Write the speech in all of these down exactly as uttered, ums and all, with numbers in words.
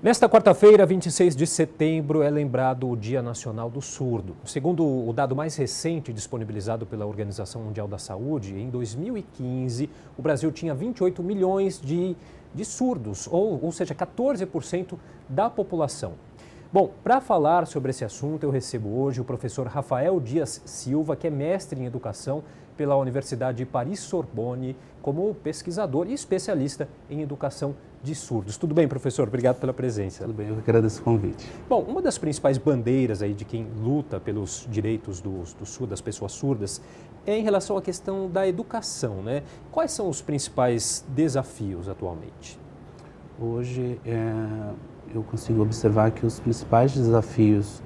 Nesta quarta-feira, vinte e seis de setembro, é lembrado o Dia Nacional do Surdo. Segundo o dado mais recente disponibilizado pela Organização Mundial da Saúde, em dois mil e quinze, o Brasil tinha vinte e oito milhões de, de surdos, ou, ou seja, quatorze por cento da população. Bom, para falar sobre esse assunto, eu recebo hoje o professor Rafael Dias Silva, que é mestre em educação pela Universidade Paris-Sorbonne, como pesquisador e especialista em educação de surdos. Tudo bem, professor? Obrigado pela presença. Tudo bem, eu agradeço o convite. Bom, uma das principais bandeiras aí de quem luta pelos direitos dos, dos surdos, das pessoas surdas, é em relação à questão da educação, né? Quais são os principais desafios atualmente? Hoje, é, eu consigo observar que os principais desafios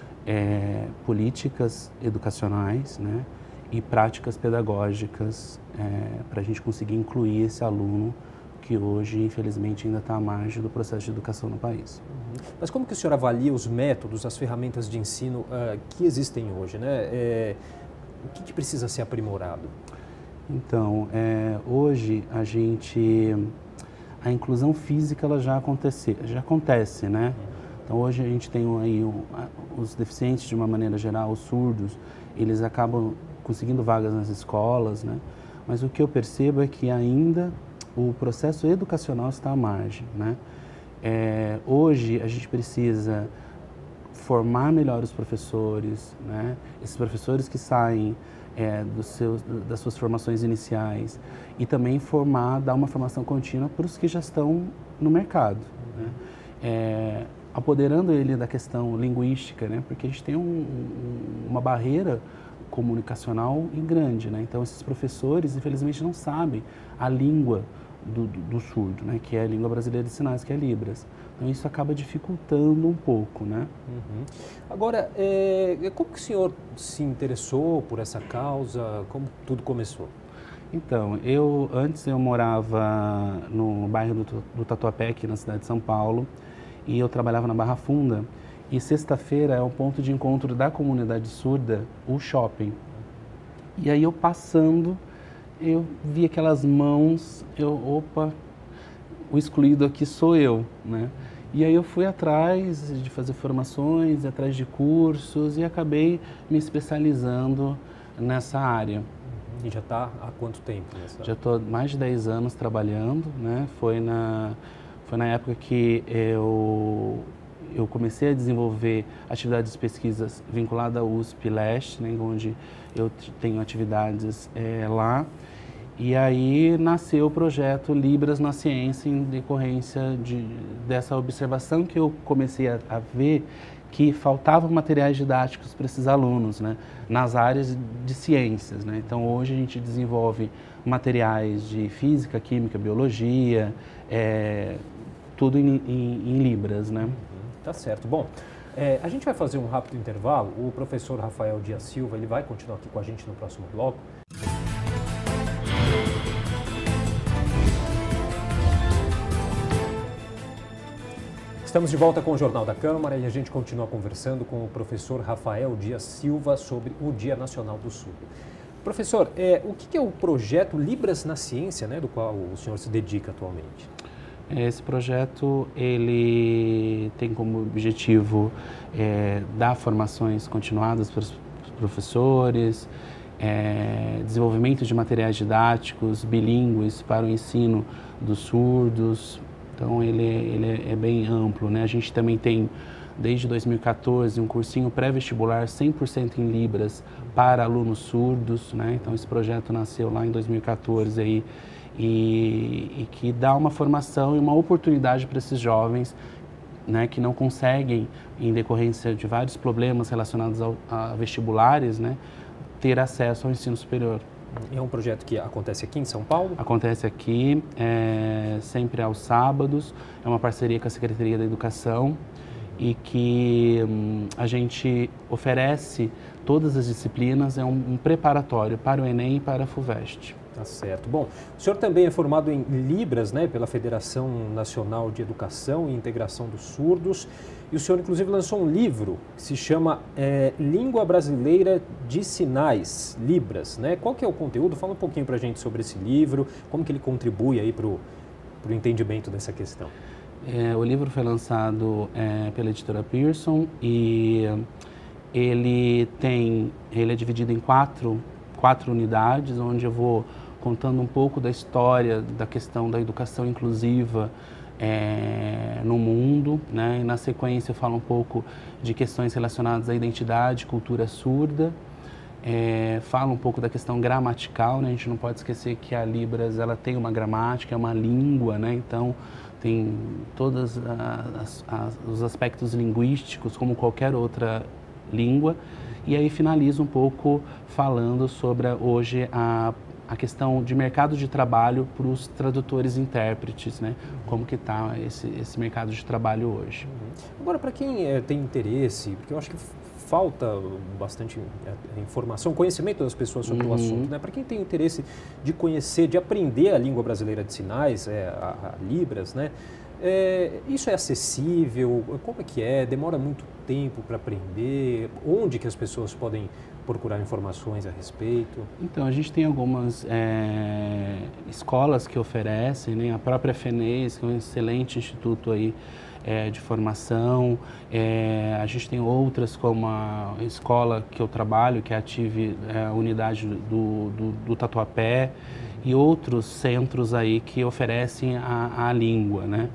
é políticas educacionais, né, e práticas pedagógicas é, para a gente conseguir incluir esse aluno que hoje, infelizmente, ainda está à margem do processo de educação no país. Uhum. Mas como que o senhor avalia os métodos, as ferramentas de ensino uh, que existem hoje, né? É, o que, que precisa ser aprimorado? Então, é, hoje a gente, a inclusão física ela já acontece, já acontece, né? Então hoje a gente tem aí um, os deficientes de uma maneira geral, os surdos, eles acabam conseguindo vagas nas escolas, né? Mas o que eu percebo é que ainda o processo educacional está à margem, né? É, hoje a gente precisa formar melhor os professores, né? Esses professores que saem é, dos seus, das suas formações iniciais e também formar, dar uma formação contínua para os que já estão no mercado, né? É, apoderando ele da questão linguística, né? Porque a gente tem um, um, uma barreira comunicacional grande, né? Então esses professores, infelizmente, não sabem a língua do, do, do surdo, né? Que é a língua brasileira de sinais, que é Libras. Então isso acaba dificultando um pouco, né? Uhum. Agora, é, como que o senhor se interessou por essa causa? Como tudo começou? Então, eu antes eu morava no bairro do, do Tatuapé, aqui na cidade de São Paulo, e eu trabalhava na Barra Funda. E sexta-feira é o ponto de encontro da comunidade surda, o shopping. E aí eu passando, eu vi aquelas mãos, eu, opa, o excluído aqui sou eu, né? E aí eu fui atrás de fazer formações, atrás de cursos e acabei me especializando nessa área. E já está há quanto tempo nessa? Já estou há mais de dez anos trabalhando, né? Foi na, foi na época que eu... eu comecei a desenvolver atividades de pesquisas vinculadas à U S P Leste, né, onde eu tenho atividades é, lá. E aí nasceu o projeto Libras na Ciência em decorrência de, dessa observação que eu comecei a, a ver que faltavam materiais didáticos para esses alunos, né, nas áreas de ciências, né. Então hoje a gente desenvolve materiais de física, química, biologia, é, tudo em, em, em Libras, né. Tá certo. Bom, é, a gente vai fazer um rápido intervalo. O professor Rafael Dias Silva, ele vai continuar aqui com a gente no próximo bloco. Estamos de volta com o Jornal da Câmara e a gente continua conversando com o professor Rafael Dias Silva sobre o Dia Nacional do Surdo. Professor, é, o que é o projeto Libras na Ciência, né, do qual o senhor se dedica atualmente? Esse projeto ele tem como objetivo é, dar formações continuadas para os professores, é, desenvolvimento de materiais didáticos bilíngues para o ensino dos surdos. Então ele, ele é bem amplo, né? A gente também tem desde dois mil e quatorze um cursinho pré-vestibular cem por cento em Libras para alunos surdos, né? Então esse projeto nasceu lá em dois mil e quatorze aí. E, e que dá uma formação e uma oportunidade para esses jovens, né, que não conseguem, em decorrência de vários problemas relacionados ao, a vestibulares, né, ter acesso ao ensino superior. É um projeto que acontece aqui em São Paulo? Acontece aqui, é, sempre aos sábados, é uma parceria com a Secretaria da Educação e que hum, a gente oferece todas as disciplinas, é um, um preparatório para o Enem e para a FUVEST. Tá certo. Bom, o senhor também é formado em Libras, né, pela Federação Nacional de Educação e Integração dos Surdos. E o senhor, inclusive, lançou um livro que se chama é, Língua Brasileira de Sinais, Libras, né? Qual que é o conteúdo? Fala um pouquinho para a gente sobre esse livro, como que ele contribui aí para o entendimento dessa questão. É, o livro foi lançado é, pela editora Pearson e ele tem, ele é dividido em quatro, quatro unidades, onde eu vou contando um pouco da história da questão da educação inclusiva é, no mundo, né? E na sequência eu falo um pouco de questões relacionadas à identidade, cultura surda. É, fala um pouco da questão gramatical, né? A gente não pode esquecer que a Libras ela tem uma gramática, é uma língua, né? Então tem todos as, as, os aspectos linguísticos como qualquer outra língua. E aí finaliza um pouco falando sobre hoje a, a questão de mercado de trabalho para os tradutores e intérpretes, né? Como que está esse, esse mercado de trabalho hoje. Agora, para quem é, tem interesse, porque eu acho que falta bastante é, informação, conhecimento das pessoas sobre uhum. o assunto, né? Para quem tem interesse de conhecer, de aprender a língua brasileira de sinais, é, a, a Libras, né? É, isso é acessível? Como é que é? Demora muito tempo para aprender? Onde que as pessoas podem procurar informações a respeito? Então, a gente tem algumas é, escolas que oferecem, né? A própria FENES, que é um excelente instituto aí, É, de formação, é, a gente tem outras como a escola que eu trabalho, que é a Ative, é, a unidade do, do, do Tatuapé, e outros centros aí que oferecem a, a língua, né?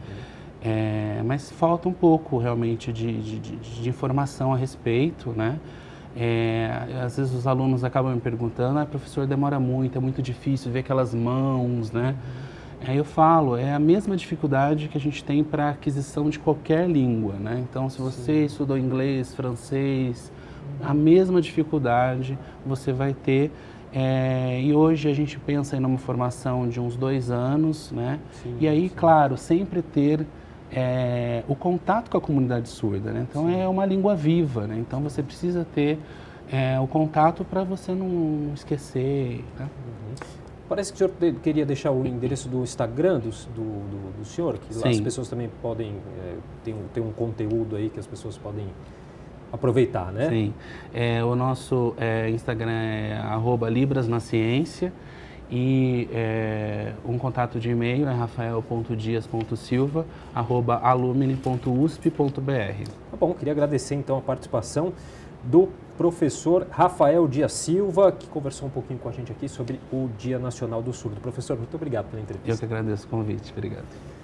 É, mas falta um pouco realmente de, de, de, de informação a respeito, né? É, às vezes os alunos acabam me perguntando, ah, professor, demora muito, é muito difícil ver aquelas mãos, né? Aí eu falo, é a mesma dificuldade que a gente tem para a aquisição de qualquer língua, né? Então, se você Sim. estudou inglês, francês, a mesma dificuldade você vai ter. É, e hoje a gente pensa em uma formação de uns dois anos, né? Sim, e aí, sim. claro, sempre ter é, o contato com a comunidade surda, né? Então, sim. é uma língua viva, né? Então, você precisa ter é, o contato para você não esquecer, né? Uhum. Parece que o senhor queria deixar o endereço do Instagram do, do, do senhor, que lá as pessoas também podem é, ter, um, ter um conteúdo aí que as pessoas podem aproveitar, né? Sim. É, o nosso é, Instagram é arroba Libras na Ciência e é, um contato de e-mail é rafael ponto dias ponto silva arroba alumni ponto usp ponto br. Tá bom, queria agradecer então a participação do professor Rafael Dias Silva, que conversou um pouquinho com a gente aqui sobre o Dia Nacional do Surdo. Professor, muito obrigado pela entrevista. Eu que agradeço o convite. Obrigado.